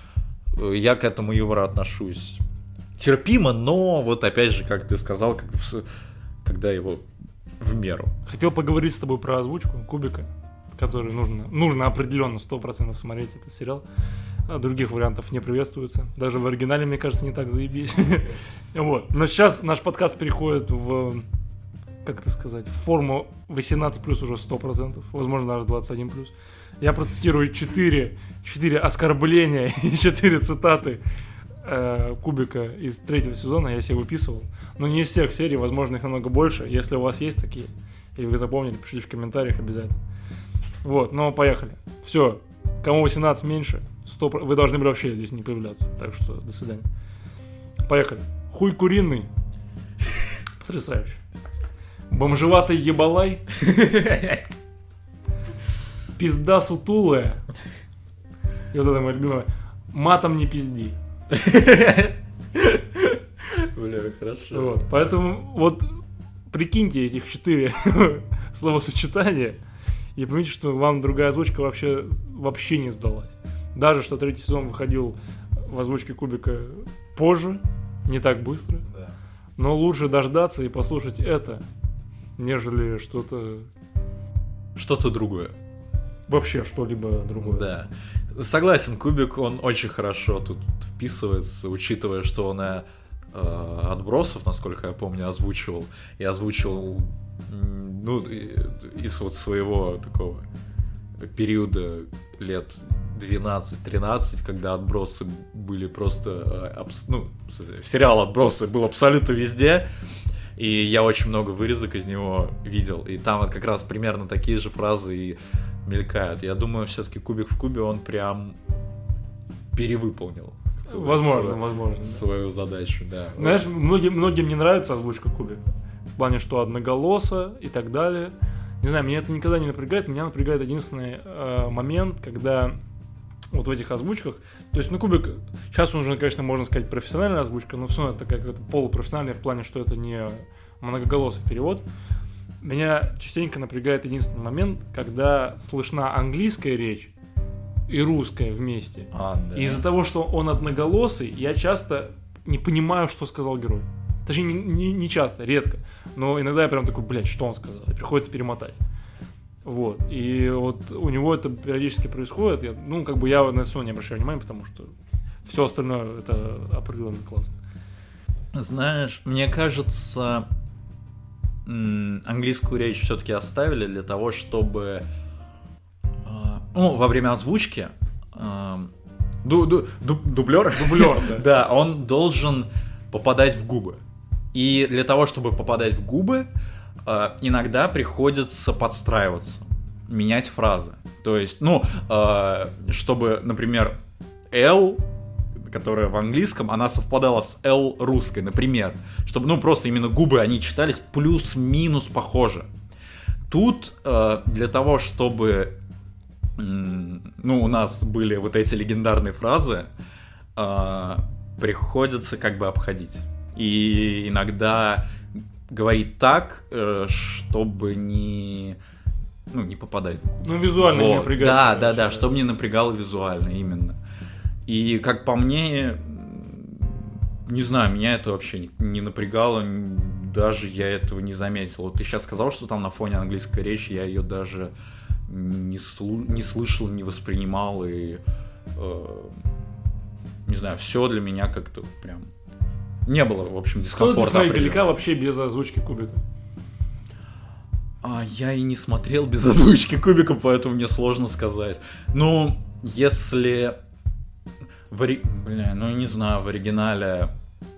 Я к этому юмору отношусь терпимо, но вот опять же, как ты сказал, когда его в меру. Хотел поговорить с тобой про озвучку Кубика, который нужно определенно 100% смотреть этот сериал. Других вариантов не приветствуется. Даже в оригинале, мне кажется, не так заебись. Вот. Но сейчас наш подкаст переходит в, как это сказать, в форму 18+, уже 100%, возможно, даже 21+. Я процитирую 4 оскорбления и 4 цитаты Кубика из 3-го сезона, я себе выписывал. Но не из всех серий, возможно, их намного больше. Если у вас есть такие, или вы запомнили, пишите в комментариях обязательно. Вот, но поехали. Все, кому 18 меньше, 100%, вы должны были вообще здесь не появляться. Так что, до свидания. Поехали. Хуй куриный. Потрясающе. Бомжеватый ебалай. Пизда сутулая. И вот это мое любимое. Матом не пизди. Бля, хорошо. Вот, поэтому вот прикиньте этих 4 словосочетания и поймите, что вам другая озвучка вообще не сдалась. Даже что 3-й сезон выходил в озвучке Кубика позже, не так быстро, Да. но лучше дождаться и послушать это, нежели что-то другое. вообще что-либо другое. Да. Согласен, Кубик, он очень хорошо тут вписывается, учитывая, что он «Отбросов», насколько я помню, озвучивал. И озвучивал, ну, из вот своего такого периода лет 12-13, когда «Отбросы» были просто... сериал «Отбросы» был абсолютно везде. И я очень много вырезок из него видел. И там вот как раз примерно такие же фразы и мелькают. Я думаю, все-таки «Кубик в кубе» он прям перевыполнил. Возможно. Свою задачу, да. Знаешь, многим не нравится озвучка Кубика. В плане, что одноголосо и так далее. Не знаю, меня это никогда не напрягает. Меня напрягает единственный момент, когда вот в этих озвучках... То есть, Кубик... Сейчас уже, конечно, можно сказать профессиональная озвучка, но все равно это такая какая-то полупрофессиональная в плане, что это не многоголосый перевод. Меня частенько напрягает единственный момент, когда слышна английская речь и русская вместе. Да. И из-за того, что он одноголосый, я часто не понимаю, что сказал герой. Точнее, не часто, редко. Но иногда я прям такой, блядь, что он сказал? И приходится перемотать. Вот. И вот у него это периодически происходит. Я на все не обращаю внимания, потому что все остальное это определенно классно. Знаешь, мне кажется, английскую речь все-таки оставили для того, чтобы во время озвучки дублер, да. Да, он должен попадать в губы. И для того, чтобы попадать в губы, иногда приходится подстраиваться, менять фразы. То есть, чтобы, например, L, которая в английском, она совпадала с L русской, например. Чтобы, просто именно губы, они читались плюс-минус похоже. Тут для того, чтобы у нас были вот эти легендарные фразы, приходится как бы обходить. И иногда говорить так, чтобы не попадать в губы. Визуально не напрягать. Да, чтобы не напрягало визуально, именно. И как по мне, не знаю, меня это вообще не напрягало, даже я этого не заметил. Вот ты сейчас сказал, что там на фоне английской речи, я ее даже не слышал, не воспринимал, и не знаю, все для меня как-то прям не было, в общем, дискомфорта. Что ты смотришь далека вообще без озвучки Кубика? Я и не смотрел без озвучки Кубика, поэтому мне сложно сказать. Если не знаю, в оригинале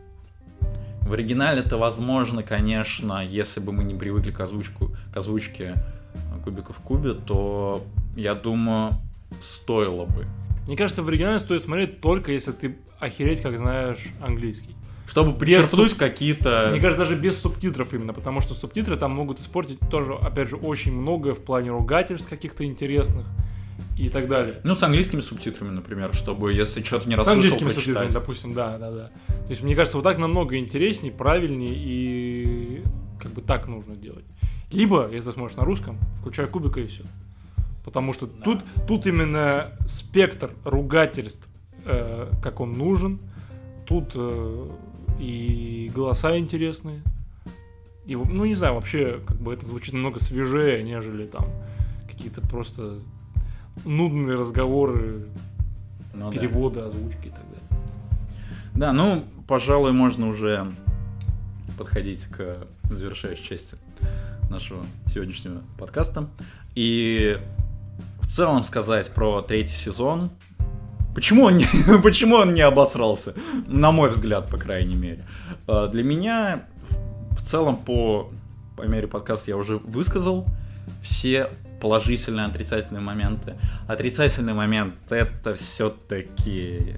это возможно, конечно, если бы мы не привыкли к озвучке Кубика в кубе, то, я думаю, стоило бы. Мне кажется, в оригинале стоит смотреть только если ты охереть как знаешь английский. Чтобы почерпнуть какие-то... Мне кажется, даже без субтитров именно, потому что субтитры там могут испортить тоже, опять же, очень многое в плане ругательств каких-то интересных и так далее. С английскими субтитрами, например, чтобы, если что-то не С расслышал, английскими прочитать. субтитрами, допустим, да. То есть, мне кажется, вот так намного интереснее, правильнее и как бы так нужно делать. Либо, если смотришь на русском, включай Кубика и все. Потому что тут именно спектр ругательств, как он нужен, тут и голоса интересные, и, не знаю, вообще, как бы это звучит намного свежее, нежели там какие-то просто нудные разговоры, переводы, озвучки и так далее. Да, пожалуй, можно уже подходить к завершающей части нашего сегодняшнего подкаста. И в целом сказать про 3-й сезон. Почему он не обосрался? На мой взгляд, по крайней мере. Для меня, в целом, по мере подкаста я уже высказал все положительные и отрицательные моменты. Отрицательный момент — это все-таки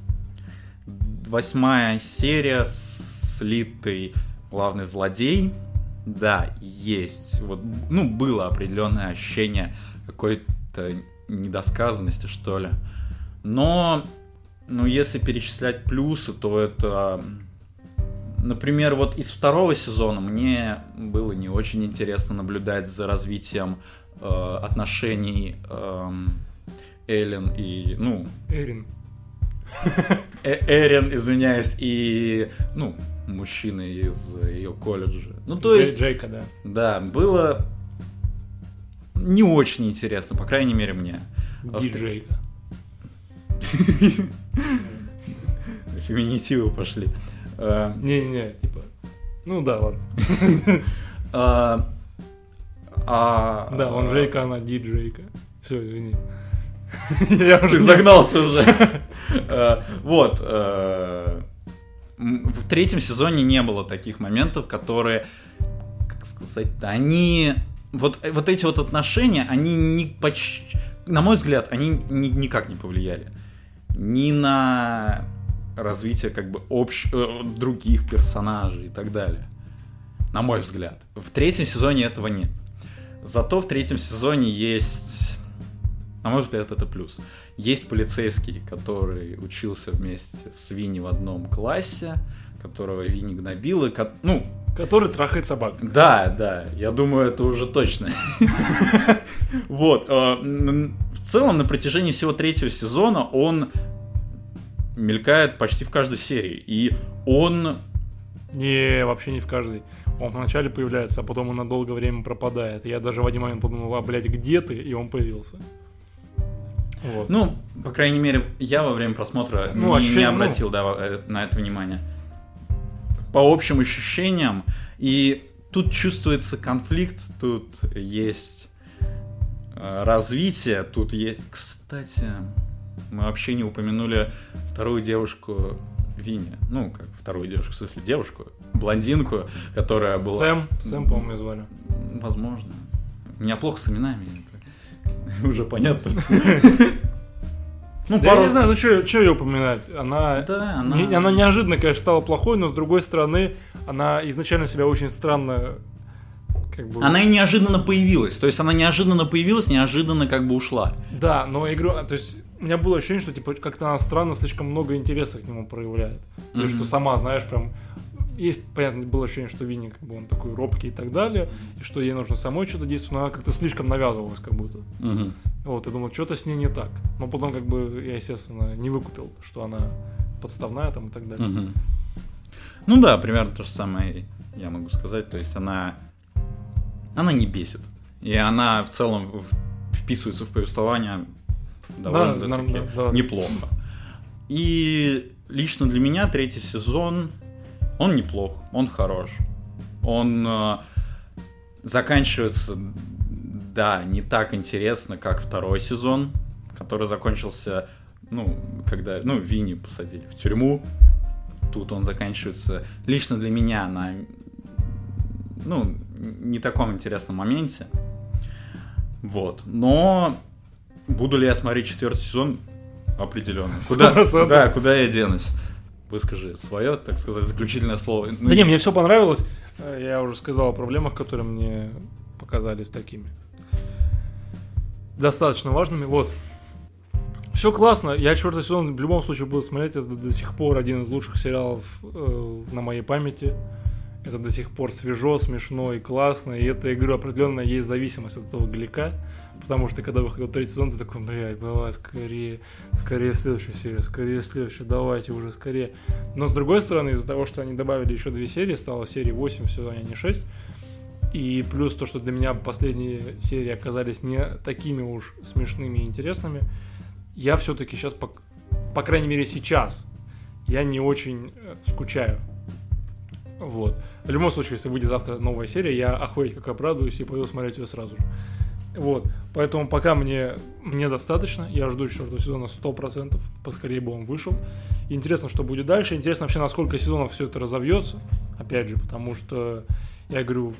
8-я серия, слитый главный злодей. Да, есть. Было определенное ощущение какой-то недосказанности, что ли. Но, если перечислять плюсы, то это... Например, из 2-го сезона мне было не очень интересно наблюдать за развитием отношений Эллен и, Эрин. Эрин, извиняюсь, и, мужчины из ее колледжа. То есть... Джейка, да. Да, было не очень интересно, по крайней мере, мне. Джейка. Феминитивы пошли. Не-не-не, типа... да, ладно. Да, он Джейка, она диджейка. Все, извини. Ты загнался уже. Вот. В третьем сезоне не было таких моментов, которые, как сказать, они... Вот эти вот отношения, они на мой взгляд, они никак не повлияли. Ни на развитие как бы других персонажей и так далее. На мой взгляд. В третьем сезоне этого нет. Зато в третьем сезоне есть, на мой взгляд, это плюс. Есть полицейский, который учился вместе с Винни в одном классе, которого Винни гнобил, который трахает собак. Да, я думаю, это уже точно. Вот. В целом, на протяжении всего третьего сезона он мелькает почти в каждой серии. И он... Не, вообще не в каждой. Он вначале появляется, а потом он на долгое время пропадает. Я даже в один момент подумал, где ты? И он появился. Вот. По крайней мере, я во время просмотра не обратил на это внимание. По общим ощущениям. И тут чувствуется конфликт, тут есть развитие, тут есть... Кстати, мы вообще не упомянули вторую девушку Винни. Как вторую девушку, в смысле девушку, блондинку, которая была... Сэм, по-моему, звали. Возможно. У меня плохо с именами. Это уже понятно. Я не знаю, что ее упоминать. Она неожиданно, конечно, стала плохой, но с другой стороны, она изначально себя очень странно... Она и неожиданно появилась. То есть она неожиданно появилась, неожиданно как бы ушла. Да, но игру... То есть у меня было ощущение, что типа как-то она странно слишком много интереса к нему проявляет. То есть, что сама, знаешь, прям... Есть, понятно, было ощущение, что Винни, он такой робкий и так далее, и что ей нужно самой что-то действовать, но она как-то слишком навязывалась, как будто. Вот, я думал, что-то с ней не так. Но потом, я, естественно, не выкупил, что она подставная там и так далее. Да, примерно то же самое я могу сказать. То есть она не бесит. И она в целом вписывается в повествование довольно-таки неплохо. И лично для меня третий сезон... Он неплох, он хорош. Он заканчивается, не так интересно, как второй сезон, который закончился, когда, Винни посадили в тюрьму. Тут он заканчивается лично для меня на, не таком интересном моменте. Вот. Но буду ли я смотреть четвертый сезон? Определенно. Куда я денусь? Выскажи свое, так сказать, заключительное слово. Мне все понравилось. Я уже сказал о проблемах, которые мне показались такими достаточно важными. Вот. Все классно. Я четвертый сезон в любом случае буду смотреть. Это до сих пор один из лучших сериалов на моей памяти. Это до сих пор свежо, смешно и классно. И эта игра определенно есть зависимость от этого глика. Потому что когда выходил третий сезон, ты такой, давай, скорее следующую серию, скорее следующую, давайте уже скорее. Но с другой стороны, из-за того, что они добавили еще 2 серии, стало серии 8 в сезоне, а не 6. И плюс то, что для меня последние серии оказались не такими уж смешными и интересными, я все-таки сейчас, по крайней мере сейчас, я не очень скучаю. Вот. В любом случае, если выйдет завтра новая серия, я охуеть как обрадуюсь и пойду смотреть ее сразу же. Вот, поэтому пока мне достаточно, я жду 4-го сезона 100%, поскорее бы он вышел. Интересно, что будет дальше, интересно вообще, насколько сезонов все это разовьется, опять же, потому что, я говорю,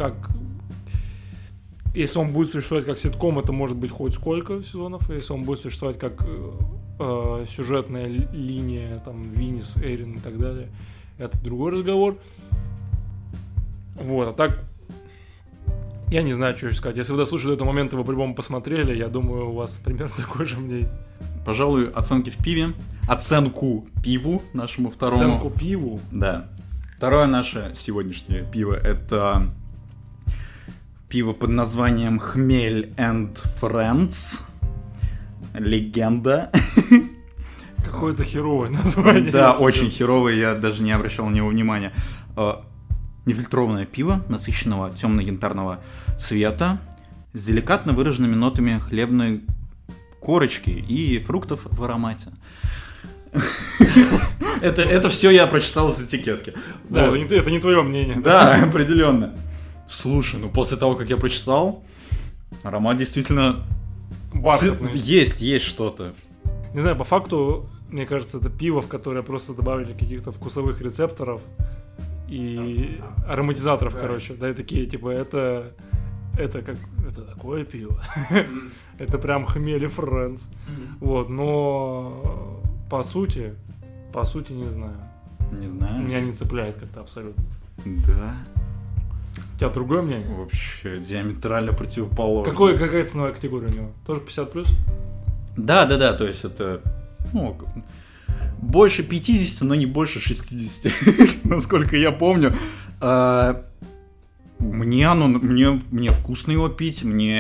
если он будет существовать как ситком, это может быть хоть сколько сезонов, если он будет существовать как сюжетная линия, там, Винни с Эрин и так далее, это другой разговор. Вот, а так... Я не знаю, что еще сказать. Если вы дослушали до этого момента, вы по-любому посмотрели, я думаю, у вас примерно такое же мнение. Пожалуй, оценки в пиве. Оценку пиву нашему второму. Оценку пиву? Да. Второе наше сегодняшнее пиво — это пиво под названием Хмель and Friends. Легенда. Какое-то херовое название. Да, очень херовое, я даже не обращал на него внимания. Нефильтрованное пиво насыщенного темно-янтарного цвета с деликатно выраженными нотами хлебной корочки и фруктов в аромате. Это все я прочитал из этикетки. Да, это не твое мнение. Да, определенно. Слушай, ну после того, как я прочитал, аромат действительно бархатный. Есть что-то. Не знаю, по факту, мне кажется, это пиво, в которое просто добавили каких-то вкусовых рецепторов и ароматизаторов, короче. Да, и такие, типа, это такое пиво. Это прям Хмель и Friends. Вот, но по сути, не знаю. Не знаю. Меня не цепляет как-то абсолютно. Да. У тебя другое мнение? Вообще диаметрально противоположно. Какая ценовая категория у него? Тоже 50+? Да, то есть это больше 50, но не больше 60, насколько я помню. Мне вкусно его пить,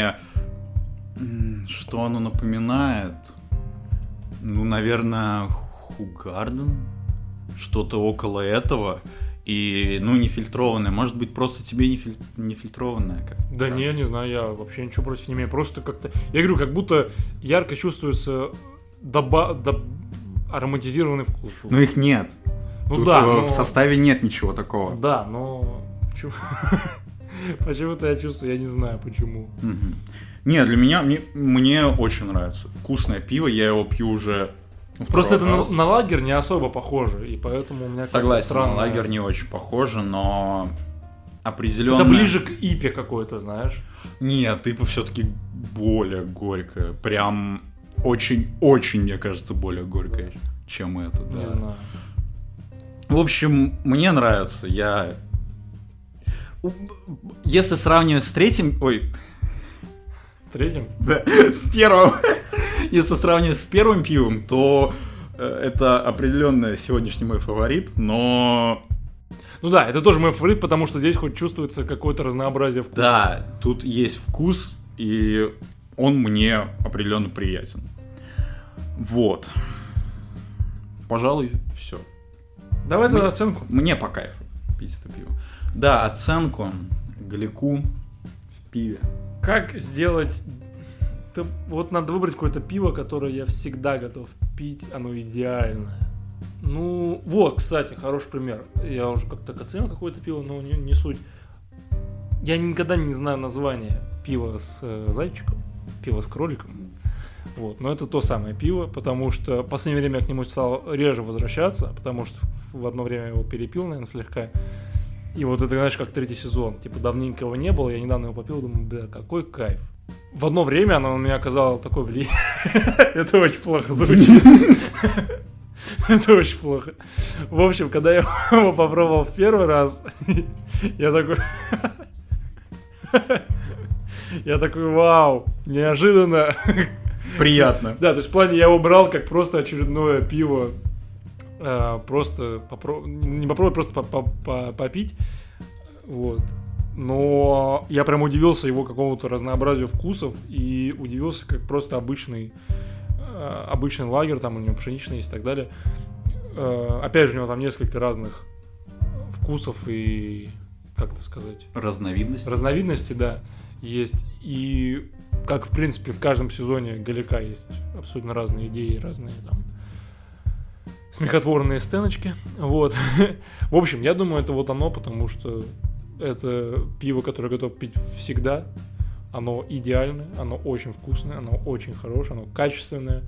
что оно напоминает? Ну, наверное, Хугарден, что-то около этого. И, не фильтрованное. Может быть, просто тебе не фильтрованное. Да не знаю, я вообще ничего против не имею. Просто как-то, я говорю, как будто ярко чувствуется ароматизированный вкус. Но их нет. Ну тут да, в составе нет ничего такого. Да, но почему-то я чувствую, я не знаю почему. Не, для меня, мне очень нравится. Вкусное пиво, я его пью уже... Просто это на лагерь не особо похоже, и поэтому у меня согласен, странное... на лагерь не очень похоже, но определенно... Это ближе к ипе какой-то, знаешь? Нет, ипа все-таки более горькая. Прям очень-очень, мне кажется, более горькая, чем это. Да. Не знаю. В общем, мне нравится. Если сравнивать с третьим... Третьим? Да, с первым. Если сравнивать с первым пивом, то это определенно сегодняшний мой фаворит, но... Ну да, это тоже мой фаворит, потому что здесь хоть чувствуется какое-то разнообразие вкуса. Да, тут есть вкус, и он мне определенно приятен. Вот. Пожалуй, все. Давай тогда оценку. Мне по кайфу пить это пиво. Да, оценку Галику в пиве. Как сделать... Вот надо выбрать какое-то пиво, которое я всегда готов пить, оно идеальное. Ну, вот, кстати, хороший пример. Я уже как-то оценил какое-то пиво, но не суть. Я никогда не знаю название пива с зайчиком, пиво с кроликом. Вот, но это то самое пиво, потому что в последнее время я к нему стал реже возвращаться, потому что в одно время его перепил, наверное, слегка. И вот это, знаешь, как третий сезон. Типа, давненько его не было, я недавно его попил, думаю, да, какой кайф. В одно время оно на меня оказало такое влияние. Это очень плохо звучит. Это очень плохо. В общем, когда я его попробовал в первый раз, я такой, вау, неожиданно. Приятно. Да, то есть в плане я его брал как просто очередное пиво. Просто не попробовать, просто попить. Вот. Но я прям удивился его какому-то разнообразию вкусов и удивился, как просто обычный лагерь, там у него пшеничный есть и так далее. Опять же, у него там несколько разных вкусов и, как это сказать? Разновидностей, да, есть. И как, в принципе, в каждом сезоне Галика есть абсолютно разные идеи, разные там смехотворные сценочки. Вот. В общем, я думаю, это вот оно, потому что это пиво, которое готов пить всегда. Оно идеальное, оно очень вкусное, оно очень хорошее, оно качественное.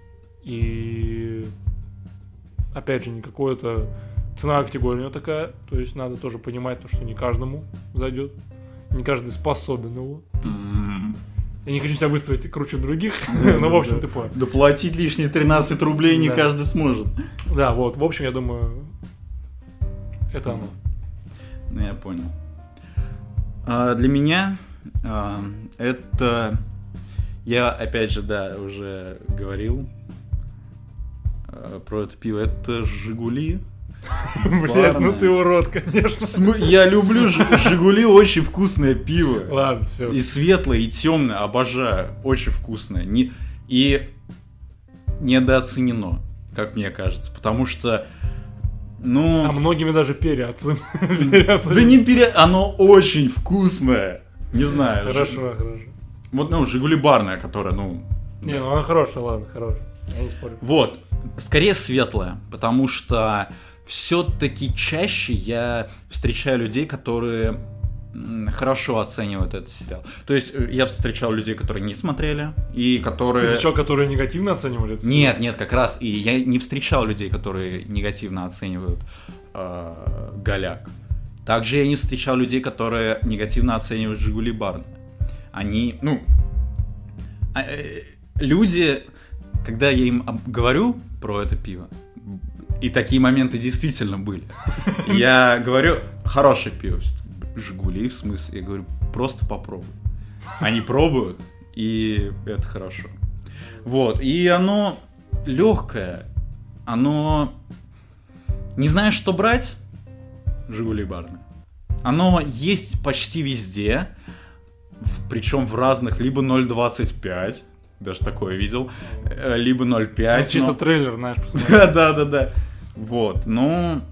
И опять же, не какое-то ценовая категория у него такая. То есть надо тоже понимать, что не каждому зайдет. Не каждый способен его. Я не хочу себя выставить круче других, но в общем ты понял. Доплатить лишние 13 рублей не каждый сможет. Да, вот, в общем, я думаю, это оно. Ну, я понял. Для меня это... Я, опять же, да, уже говорил про это пиво. Это «Жигули». Блядь, ну ты урод, конечно. Я люблю Жигули, очень вкусное пиво. Ладно, все. И светлое, и темное, обожаю. Очень вкусное. И недооценено, как мне кажется. Потому что, ну... А многими даже переоценено. Да не оно очень вкусное. Не знаю. Хорошо. Вот, ну, Жигули барная, которая, ну... Не, ну она хорошая, ладно, хорошая. Я не спорю. Вот. Скорее светлое, потому что все-таки чаще я встречаю людей, которые хорошо оценивают этот сериал. То есть я встречал людей, которые не смотрели, и которые... Ты что, которые негативно оценивали этот сериал? Нет, как раз. И я не встречал людей, которые негативно оценивают Голяк. Также я не встречал людей, которые негативно оценивают Жигули барная. Они, ну... Люди, когда я им говорю про это пиво, и такие моменты действительно были, я говорю, хорошее пиво, Жигули, в смысле, я говорю, просто попробуй. Они пробуют, и это хорошо. Вот, и оно легкое, оно... Не знаешь, что брать? Жигули барная. Оно есть почти везде, причем в разных, либо 0,25, даже такое видел, либо 0,5. Это чисто трейлер, знаешь, посмотри. Да. Вот, ну,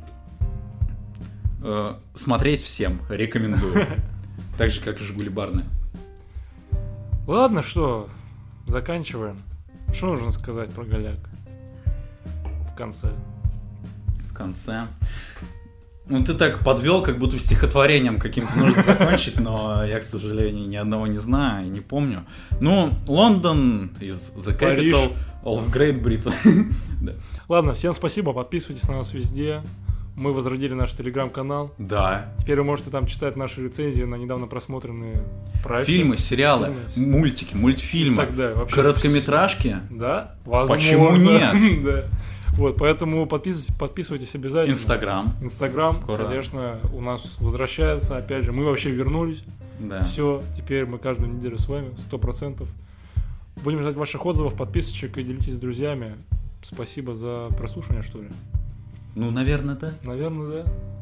смотреть всем рекомендую. Так же, как и Жигули барная. Ладно, что, заканчиваем. Что нужно сказать про Голяк в конце? В конце... Ну, ты так подвел, как будто стихотворением каким-то нужно закончить, но я, к сожалению, ни одного не знаю и не помню. Ну, Лондон is the capital of Great Britain. Да. Ладно, всем спасибо, подписывайтесь на нас везде. Мы возродили наш телеграм-канал. Да. Теперь вы можете там читать наши рецензии на недавно просмотренные проекты. Фильмы, сериалы, мультики, мультфильмы, короткометражки. Да, возможно. Почему нет? Да. Вот, поэтому подписывайтесь обязательно. Инстаграм, конечно, у нас возвращается. Опять же, мы вообще вернулись. Да. Все, теперь мы каждую неделю с вами, 100%. Будем ждать ваших отзывов, подписочек и делитесь с друзьями. Спасибо за прослушивание, что ли? Ну, наверное, да. Наверное, да.